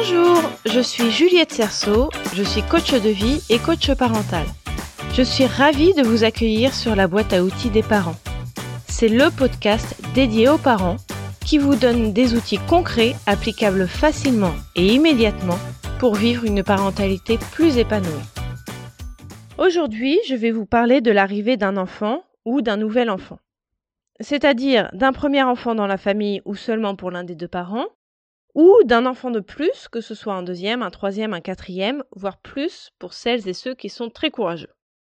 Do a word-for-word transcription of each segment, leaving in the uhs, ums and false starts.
Bonjour, je suis Juliette Cerceau, je suis coach de vie et coach parental. Je suis ravie de vous accueillir sur la boîte à outils des parents. C'est le podcast dédié aux parents qui vous donne des outils concrets applicables facilement et immédiatement pour vivre une parentalité plus épanouie. Aujourd'hui, je vais vous parler de l'arrivée d'un enfant ou d'un nouvel enfant. C'est-à-dire d'un premier enfant dans la famille ou seulement pour l'un des deux parents, ou d'un enfant de plus, que ce soit un deuxième, un troisième, un quatrième, voire plus pour celles et ceux qui sont très courageux.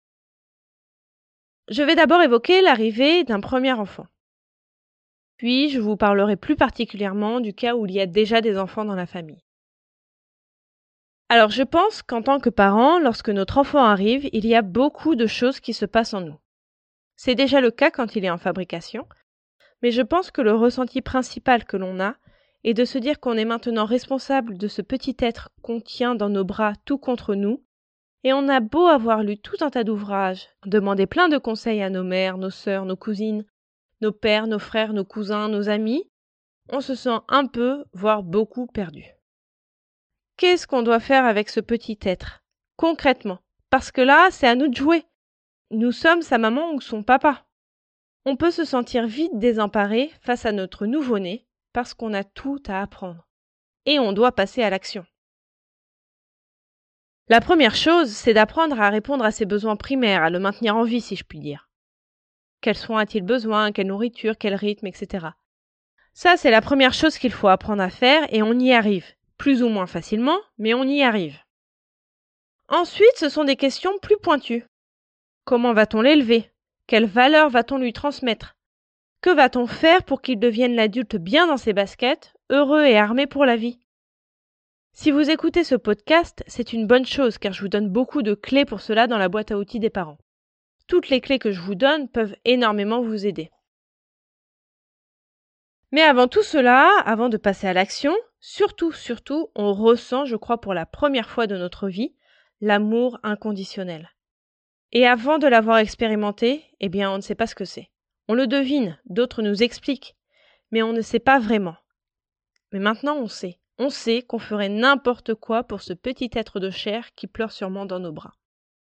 Je vais d'abord évoquer l'arrivée d'un premier enfant. Puis, je vous parlerai plus particulièrement du cas où il y a déjà des enfants dans la famille. Alors, je pense qu'en tant que parent, lorsque notre enfant arrive, il y a beaucoup de choses qui se passent en nous. C'est déjà le cas quand il est en fabrication, mais je pense que le ressenti principal que l'on a est de se dire qu'on est maintenant responsable de ce petit être qu'on tient dans nos bras tout contre nous, et on a beau avoir lu tout un tas d'ouvrages, demandé plein de conseils à nos mères, nos sœurs, nos cousines, nos pères, nos frères, nos cousins, nos amis, on se sent un peu, voire beaucoup perdu. Qu'est-ce qu'on doit faire avec ce petit être, concrètement? Parce que là, c'est à nous de jouer. Nous sommes sa maman ou son papa. On peut se sentir vite désemparé face à notre nouveau-né parce qu'on a tout à apprendre. Et on doit passer à l'action. La première chose, c'est d'apprendre à répondre à ses besoins primaires, à le maintenir en vie, si je puis dire. Quels soins a-t-il besoin, quelle nourriture, quel rythme, et cetera. Ça, c'est la première chose qu'il faut apprendre à faire et on y arrive. Plus ou moins facilement, mais on y arrive. Ensuite, ce sont des questions plus pointues. Comment va-t-on l'élever? Quelle valeur va-t-on lui transmettre? Que va-t-on faire pour qu'il devienne l'adulte bien dans ses baskets, heureux et armé pour la vie? Si vous écoutez ce podcast, c'est une bonne chose car je vous donne beaucoup de clés pour cela dans la boîte à outils des parents. Toutes les clés que je vous donne peuvent énormément vous aider. Mais avant tout cela, avant de passer à l'action, surtout, surtout, on ressent, je crois pour la première fois de notre vie, l'amour inconditionnel. Et avant de l'avoir expérimenté, eh bien on ne sait pas ce que c'est. On le devine, d'autres nous expliquent, mais on ne sait pas vraiment. Mais maintenant on sait. On sait qu'on ferait n'importe quoi pour ce petit être de chair qui pleure sûrement dans nos bras.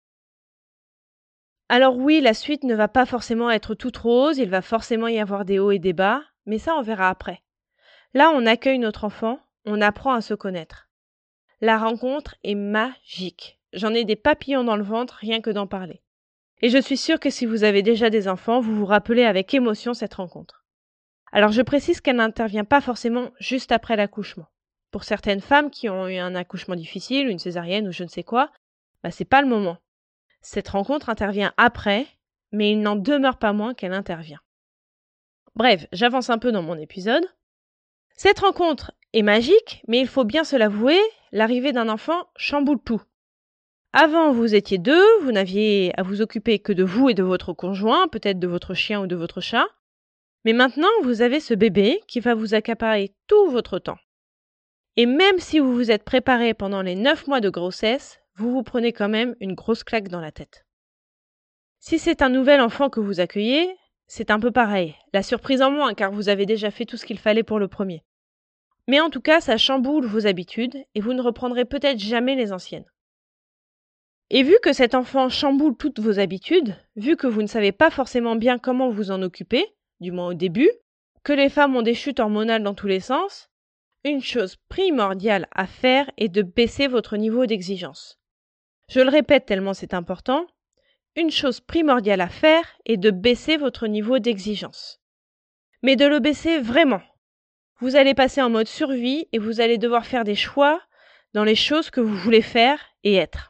Alors oui, la suite ne va pas forcément être toute rose, il va forcément y avoir des hauts et des bas, mais ça on verra après. Là on accueille notre enfant, on apprend à se connaître. La rencontre est magique. J'en ai des papillons dans le ventre rien que d'en parler. Et je suis sûre que si vous avez déjà des enfants, vous vous rappelez avec émotion cette rencontre. Alors je précise qu'elle n'intervient pas forcément juste après l'accouchement. Pour certaines femmes qui ont eu un accouchement difficile, une césarienne ou je ne sais quoi, bah c'est pas le moment. Cette rencontre intervient après, mais il n'en demeure pas moins qu'elle intervient. Bref, j'avance un peu dans mon épisode. Cette rencontre est magique, mais il faut bien se l'avouer, l'arrivée d'un enfant chamboule tout. Avant, vous étiez deux, vous n'aviez à vous occuper que de vous et de votre conjoint, peut-être de votre chien ou de votre chat. Mais maintenant, vous avez ce bébé qui va vous accaparer tout votre temps. Et même si vous vous êtes préparé pendant les neuf mois de grossesse, vous vous prenez quand même une grosse claque dans la tête. Si c'est un nouvel enfant que vous accueillez, c'est un peu pareil. La surprise en moins, car vous avez déjà fait tout ce qu'il fallait pour le premier. Mais en tout cas, ça chamboule vos habitudes et vous ne reprendrez peut-être jamais les anciennes. Et vu que cet enfant chamboule toutes vos habitudes, vu que vous ne savez pas forcément bien comment vous en occuper, du moins au début, que les femmes ont des chutes hormonales dans tous les sens, une chose primordiale à faire est de baisser votre niveau d'exigence. Je le répète tellement c'est important, une chose primordiale à faire est de baisser votre niveau d'exigence. Mais de le baisser vraiment. Vous allez passer en mode survie et vous allez devoir faire des choix dans les choses que vous voulez faire et être.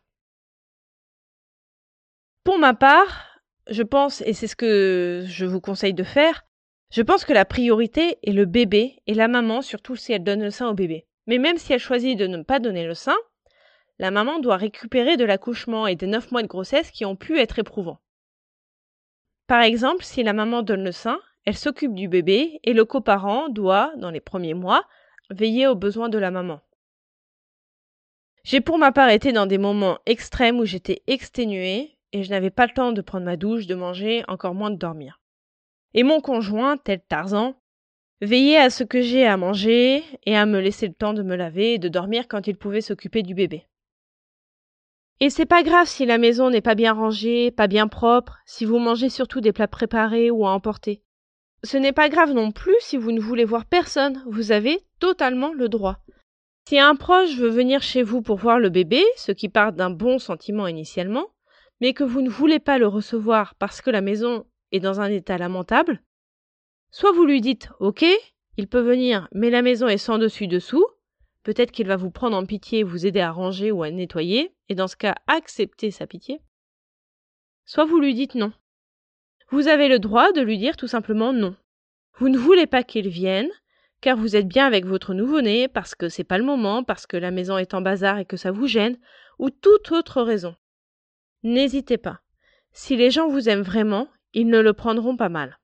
Pour ma part, je pense, et c'est ce que je vous conseille de faire, je pense que la priorité est le bébé et la maman, surtout si elle donne le sein au bébé. Mais même si elle choisit de ne pas donner le sein, la maman doit récupérer de l'accouchement et des neuf mois de grossesse qui ont pu être éprouvants. Par exemple, si la maman donne le sein, elle s'occupe du bébé et le coparent doit, dans les premiers mois, veiller aux besoins de la maman. J'ai pour ma part été dans des moments extrêmes où j'étais exténuée, et je n'avais pas le temps de prendre ma douche, de manger, encore moins de dormir. Et mon conjoint, tel Tarzan, Veillez à ce que j'ai à manger et à me laisser le temps de me laver et de dormir quand il pouvait s'occuper du bébé. Et c'est pas grave si la maison n'est pas bien rangée, pas bien propre, si vous mangez surtout des plats préparés ou à emporter. Ce n'est pas grave non plus si vous ne voulez voir personne, vous avez totalement le droit. Si un proche veut venir chez vous pour voir le bébé, ce qui part d'un bon sentiment initialement, mais que vous ne voulez pas le recevoir parce que la maison est dans un état lamentable, soit vous lui dites « Ok, il peut venir, mais la maison est sans dessus-dessous », peut-être qu'il va vous prendre en pitié et vous aider à ranger ou à nettoyer, et dans ce cas, acceptez sa pitié. Soit vous lui dites non. Vous avez le droit de lui dire tout simplement non. Vous ne voulez pas qu'il vienne, car vous êtes bien avec votre nouveau-né, parce que c'est pas le moment, parce que la maison est en bazar et que ça vous gêne, ou toute autre raison. N'hésitez pas. Si les gens vous aiment vraiment, ils ne le prendront pas mal.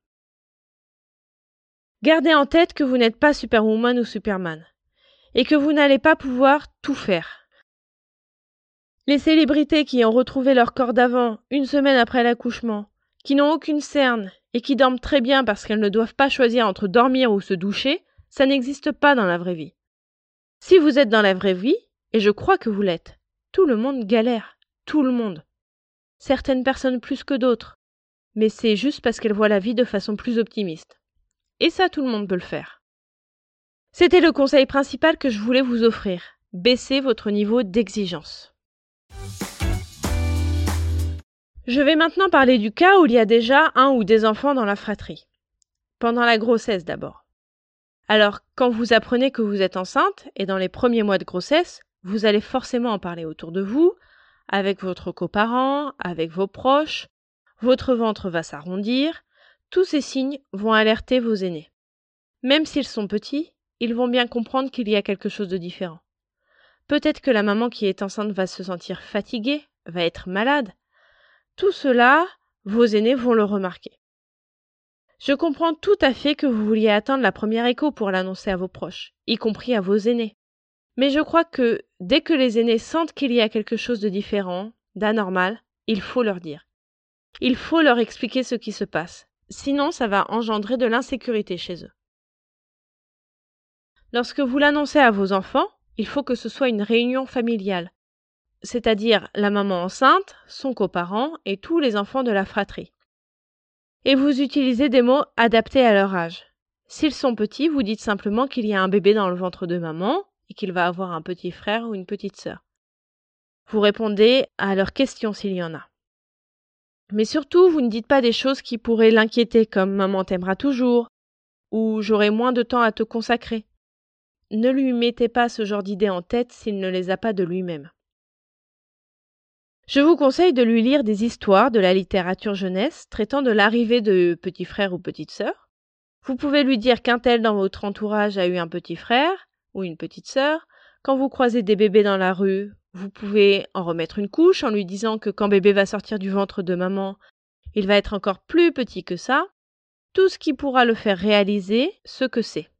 Gardez en tête que vous n'êtes pas Superwoman ou Superman, et que vous n'allez pas pouvoir tout faire. Les célébrités qui ont retrouvé leur corps d'avant une semaine après l'accouchement, qui n'ont aucune cerne et qui dorment très bien parce qu'elles ne doivent pas choisir entre dormir ou se doucher, ça n'existe pas dans la vraie vie. Si vous êtes dans la vraie vie, et je crois que vous l'êtes, tout le monde galère, tout le monde. Certaines personnes plus que d'autres, mais c'est juste parce qu'elles voient la vie de façon plus optimiste. Et ça, tout le monde peut le faire. C'était le conseil principal que je voulais vous offrir. Baissez votre niveau d'exigence. Je vais maintenant parler du cas où il y a déjà un ou des enfants dans la fratrie. Pendant la grossesse d'abord. Alors, quand vous apprenez que vous êtes enceinte, et dans les premiers mois de grossesse, vous allez forcément en parler autour de vous, avec votre coparent, avec vos proches, votre ventre va s'arrondir, tous ces signes vont alerter vos aînés. Même s'ils sont petits, ils vont bien comprendre qu'il y a quelque chose de différent. Peut-être que la maman qui est enceinte va se sentir fatiguée, va être malade. Tout cela, vos aînés vont le remarquer. Je comprends tout à fait que vous vouliez attendre la première écho pour l'annoncer à vos proches, y compris à vos aînés. Mais je crois que dès que les aînés sentent qu'il y a quelque chose de différent, d'anormal, il faut leur dire. Il faut leur expliquer ce qui se passe, sinon ça va engendrer de l'insécurité chez eux. Lorsque vous l'annoncez à vos enfants, il faut que ce soit une réunion familiale, c'est-à-dire la maman enceinte, son coparent et tous les enfants de la fratrie. Et vous utilisez des mots adaptés à leur âge. S'ils sont petits, vous dites simplement qu'il y a un bébé dans le ventre de maman et qu'il va avoir un petit frère ou une petite sœur. Vous répondez à leurs questions s'il y en a. Mais surtout, vous ne dites pas des choses qui pourraient l'inquiéter comme « maman t'aimera toujours » ou « j'aurai moins de temps à te consacrer ». Ne lui mettez pas ce genre d'idées en tête s'il ne les a pas de lui-même. Je vous conseille de lui lire des histoires de la littérature jeunesse traitant de l'arrivée de petits frères ou petites sœurs. Vous pouvez lui dire qu'un tel dans votre entourage a eu un petit frère ou une petite sœur. Quand vous croisez des bébés dans la rue, vous pouvez en remettre une couche en lui disant que quand bébé va sortir du ventre de maman, il va être encore plus petit que ça. Tout ce qui pourra le faire réaliser ce que c'est.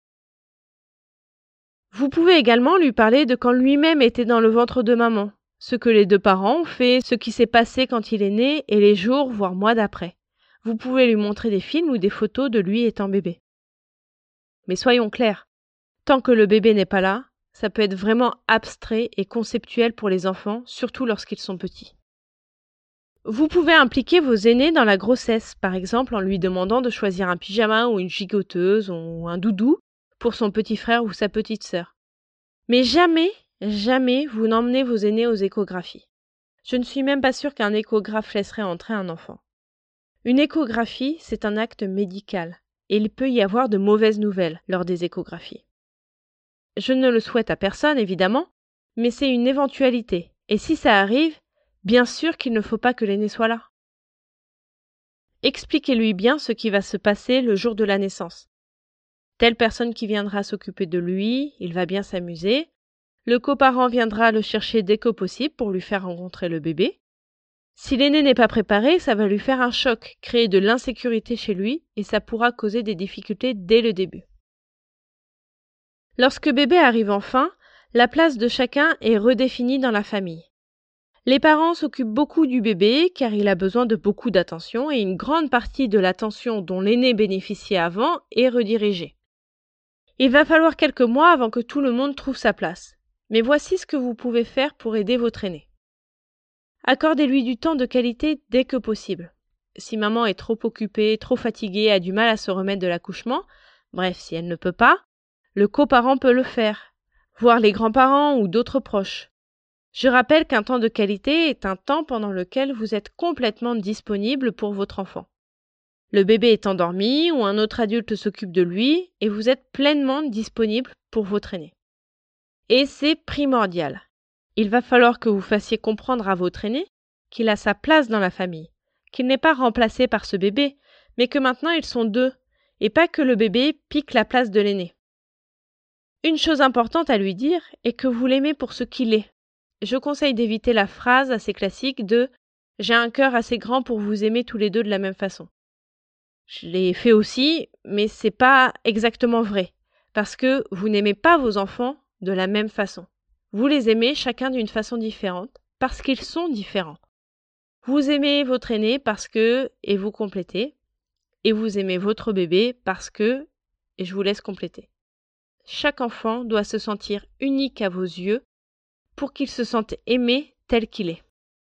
Vous pouvez également lui parler de quand lui-même était dans le ventre de maman, ce que les deux parents ont fait, ce qui s'est passé quand il est né et les jours, voire mois d'après. Vous pouvez lui montrer des films ou des photos de lui étant bébé. Mais soyons clairs, tant que le bébé n'est pas là, ça peut être vraiment abstrait et conceptuel pour les enfants, surtout lorsqu'ils sont petits. Vous pouvez impliquer vos aînés dans la grossesse, par exemple en lui demandant de choisir un pyjama ou une gigoteuse ou un doudou pour son petit frère ou sa petite sœur. Mais jamais, jamais vous n'emmenez vos aînés aux échographies. Je ne suis même pas sûre qu'un échographe laisserait entrer un enfant. Une échographie, c'est un acte médical, et il peut y avoir de mauvaises nouvelles lors des échographies. Je ne le souhaite à personne, évidemment, mais c'est une éventualité, et si ça arrive, bien sûr qu'il ne faut pas que l'aîné soit là. Expliquez-lui bien ce qui va se passer le jour de la naissance. Telle personne qui viendra s'occuper de lui, il va bien s'amuser. Le coparent viendra le chercher dès que possible pour lui faire rencontrer le bébé. Si l'aîné n'est pas préparé, ça va lui faire un choc, créer de l'insécurité chez lui et ça pourra causer des difficultés dès le début. Lorsque bébé arrive enfin, la place de chacun est redéfinie dans la famille. Les parents s'occupent beaucoup du bébé car il a besoin de beaucoup d'attention et une grande partie de l'attention dont l'aîné bénéficiait avant est redirigée. Il va falloir quelques mois avant que tout le monde trouve sa place. Mais voici ce que vous pouvez faire pour aider votre aîné. Accordez-lui du temps de qualité dès que possible. Si maman est trop occupée, trop fatiguée, a du mal à se remettre de l'accouchement, bref, si elle ne peut pas, le coparent peut le faire, voire les grands-parents ou d'autres proches. Je rappelle qu'un temps de qualité est un temps pendant lequel vous êtes complètement disponible pour votre enfant. Le bébé est endormi ou un autre adulte s'occupe de lui et vous êtes pleinement disponible pour votre aîné. Et c'est primordial. Il va falloir que vous fassiez comprendre à votre aîné qu'il a sa place dans la famille, qu'il n'est pas remplacé par ce bébé, mais que maintenant ils sont deux, et pas que le bébé pique la place de l'aîné. Une chose importante à lui dire est que vous l'aimez pour ce qu'il est. Je conseille d'éviter la phrase assez classique de « j'ai un cœur assez grand pour vous aimer tous les deux de la même façon ». Je l'ai fait aussi, mais c'est pas exactement vrai, parce que vous n'aimez pas vos enfants de la même façon. Vous les aimez chacun d'une façon différente, parce qu'ils sont différents. Vous aimez votre aîné parce que, et vous complétez, et vous aimez votre bébé parce que, et je vous laisse compléter. Chaque enfant doit se sentir unique à vos yeux pour qu'il se sente aimé tel qu'il est.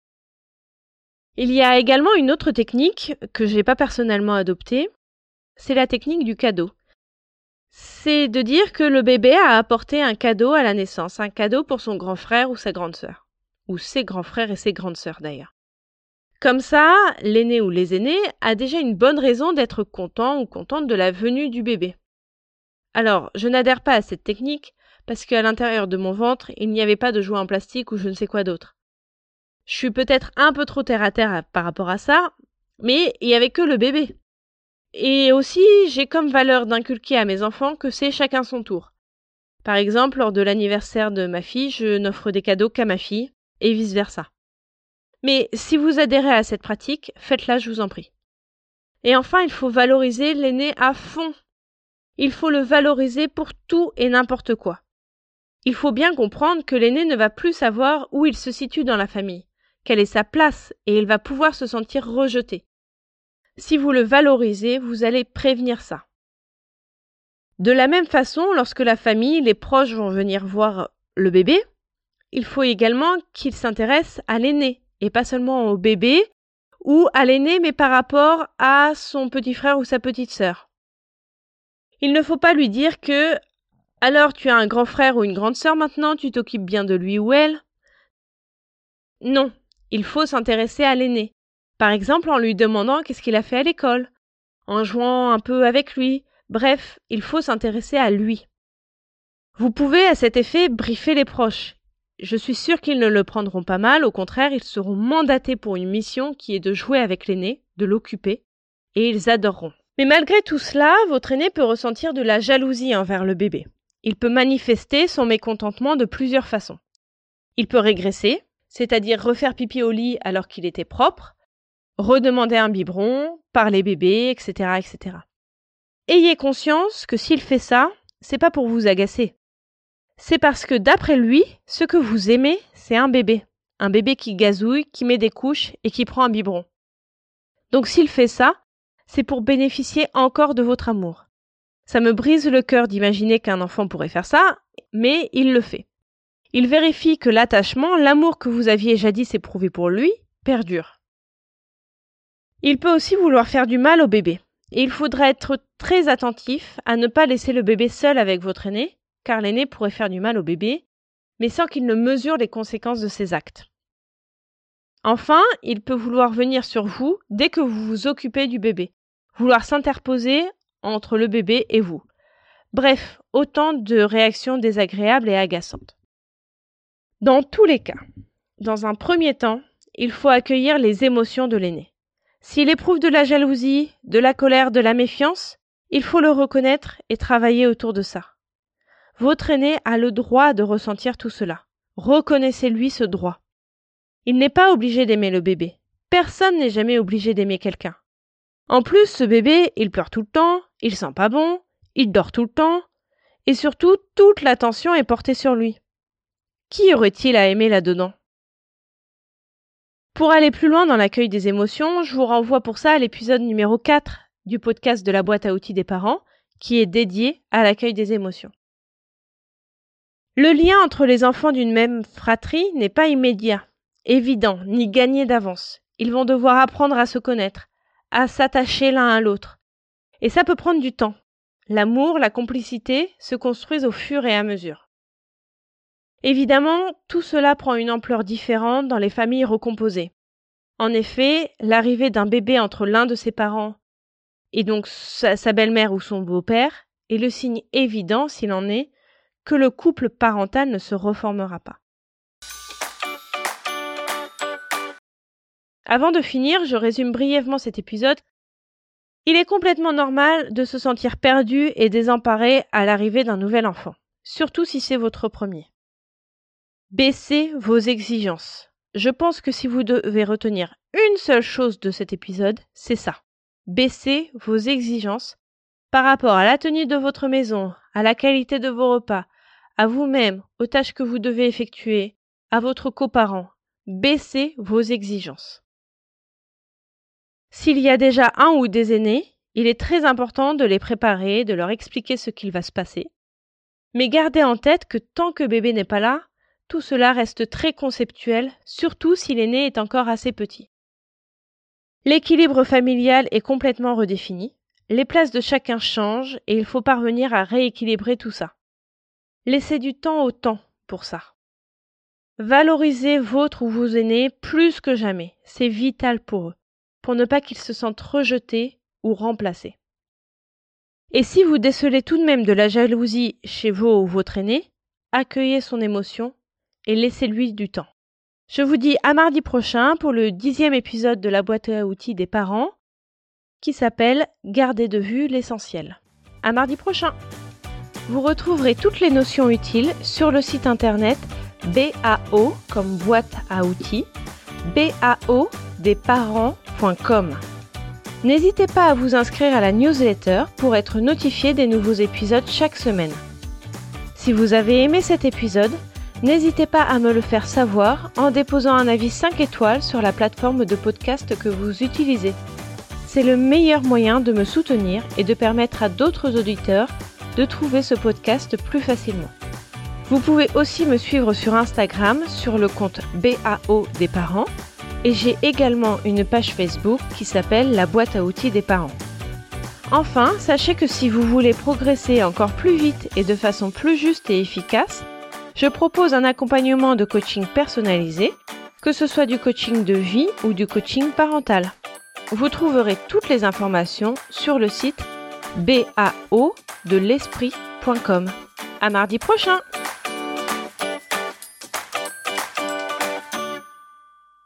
Il y a également une autre technique que je n'ai pas personnellement adoptée, c'est la technique du cadeau. C'est de dire que le bébé a apporté un cadeau à la naissance, un cadeau pour son grand frère ou sa grande sœur, ou ses grands frères et ses grandes sœurs d'ailleurs. Comme ça, l'aîné ou les aînés a déjà une bonne raison d'être content ou contente de la venue du bébé. Alors, je n'adhère pas à cette technique parce qu'à l'intérieur de mon ventre, il n'y avait pas de jouets en plastique ou je ne sais quoi d'autre. Je suis peut-être un peu trop terre-à-terre par rapport à ça, mais il n'y avait que le bébé. Et aussi, j'ai comme valeur d'inculquer à mes enfants que c'est chacun son tour. Par exemple, lors de l'anniversaire de ma fille, je n'offre des cadeaux qu'à ma fille, et vice-versa. Mais si vous adhérez à cette pratique, faites-la, je vous en prie. Et enfin, il faut valoriser l'aîné à fond. Il faut le valoriser pour tout et n'importe quoi. Il faut bien comprendre que l'aîné ne va plus savoir où il se situe dans la famille, quelle est sa place, et il va pouvoir se sentir rejeté. Si vous le valorisez, vous allez prévenir ça. De la même façon, lorsque la famille, les proches vont venir voir le bébé, il faut également qu'ils s'intéressent à l'aîné, et pas seulement au bébé, ou à l'aîné, mais par rapport à son petit frère ou sa petite sœur. Il ne faut pas lui dire que « alors tu as un grand frère ou une grande sœur maintenant, tu t'occupes bien de lui ou elle ». Non, il faut s'intéresser à l'aîné. Par exemple, en lui demandant qu'est-ce qu'il a fait à l'école, en jouant un peu avec lui. Bref, il faut s'intéresser à lui. Vous pouvez, à cet effet, briefer les proches. Je suis sûre qu'ils ne le prendront pas mal, au contraire, ils seront mandatés pour une mission qui est de jouer avec l'aîné, de l'occuper, et ils adoreront. Mais malgré tout cela, votre aîné peut ressentir de la jalousie envers le bébé. Il peut manifester son mécontentement de plusieurs façons. Il peut régresser, c'est-à-dire refaire pipi au lit alors qu'il était propre, redemander un biberon, parler bébé, et cetera, et cetera. Ayez conscience que s'il fait ça, c'est pas pour vous agacer. C'est parce que d'après lui, ce que vous aimez, c'est un bébé. Un bébé qui gazouille, qui met des couches et qui prend un biberon. Donc s'il fait ça, c'est pour bénéficier encore de votre amour. Ça me brise le cœur d'imaginer qu'un enfant pourrait faire ça, mais il le fait. Il vérifie que l'attachement, l'amour que vous aviez jadis éprouvé pour lui, perdure. Il peut aussi vouloir faire du mal au bébé. Et il faudra être très attentif à ne pas laisser le bébé seul avec votre aîné, car l'aîné pourrait faire du mal au bébé, mais sans qu'il ne mesure les conséquences de ses actes. Enfin, il peut vouloir venir sur vous dès que vous vous occupez du bébé, vouloir s'interposer entre le bébé et vous. Bref, autant de réactions désagréables et agaçantes. Dans tous les cas, dans un premier temps, il faut accueillir les émotions de l'aîné. S'il éprouve de la jalousie, de la colère, de la méfiance, il faut le reconnaître et travailler autour de ça. Votre aîné a le droit de ressentir tout cela. Reconnaissez-lui ce droit. Il n'est pas obligé d'aimer le bébé. Personne n'est jamais obligé d'aimer quelqu'un. En plus, ce bébé, il pleure tout le temps, il sent pas bon, il dort tout le temps, et surtout, toute l'attention est portée sur lui. Qui aurait-il à aimer là-dedans ? Pour aller plus loin dans l'accueil des émotions, je vous renvoie pour ça à l'épisode numéro quatre du podcast de la boîte à outils des parents, qui est dédié à l'accueil des émotions. Le lien entre les enfants d'une même fratrie n'est pas immédiat, évident, ni gagné d'avance. Ils vont devoir apprendre à se connaître, à s'attacher l'un à l'autre. Et ça peut prendre du temps. L'amour, la complicité se construisent au fur et à mesure. Évidemment, tout cela prend une ampleur différente dans les familles recomposées. En effet, l'arrivée d'un bébé entre l'un de ses parents et donc sa, sa belle-mère ou son beau-père est le signe évident, s'il en est, que le couple parental ne se reformera pas. Avant de finir, je résume brièvement cet épisode. Il est complètement normal de se sentir perdu et désemparé à l'arrivée d'un nouvel enfant, surtout si c'est votre premier. Baissez vos exigences. Je pense que si vous devez retenir une seule chose de cet épisode, c'est ça. Baissez vos exigences par rapport à la tenue de votre maison, à la qualité de vos repas, à vous-même, aux tâches que vous devez effectuer, à votre coparent. Baissez vos exigences. S'il y a déjà un ou des aînés, il est très important de les préparer, de leur expliquer ce qu'il va se passer. Mais gardez en tête que tant que bébé n'est pas là, tout cela reste très conceptuel, surtout si l'aîné est encore assez petit. L'équilibre familial est complètement redéfini, les places de chacun changent et il faut parvenir à rééquilibrer tout ça. Laissez du temps au temps pour ça. Valorisez votre ou vos aînés plus que jamais, c'est vital pour eux, pour ne pas qu'ils se sentent rejetés ou remplacés. Et si vous décelez tout de même de la jalousie chez vos ou votre aîné, accueillez son émotion et laissez-lui du temps. Je vous dis à mardi prochain pour le dixième épisode de la boîte à outils des parents qui s'appelle « Garder de vue l'essentiel ». À mardi prochain. Vous retrouverez toutes les notions utiles sur le site internet B A O comme boîte à outils, B A O des parents point com. N'hésitez pas à vous inscrire à la newsletter pour être notifié des nouveaux épisodes chaque semaine. Si vous avez aimé cet épisode, n'hésitez pas à me le faire savoir en déposant un avis cinq étoiles sur la plateforme de podcast que vous utilisez. C'est le meilleur moyen de me soutenir et de permettre à d'autres auditeurs de trouver ce podcast plus facilement. Vous pouvez aussi me suivre sur Instagram sur le compte B A O des parents et j'ai également une page Facebook qui s'appelle La boîte à outils des parents. Enfin, sachez que si vous voulez progresser encore plus vite et de façon plus juste et efficace, je propose un accompagnement de coaching personnalisé, que ce soit du coaching de vie ou du coaching parental. Vous trouverez toutes les informations sur le site B A O de l'esprit point com. À mardi prochain!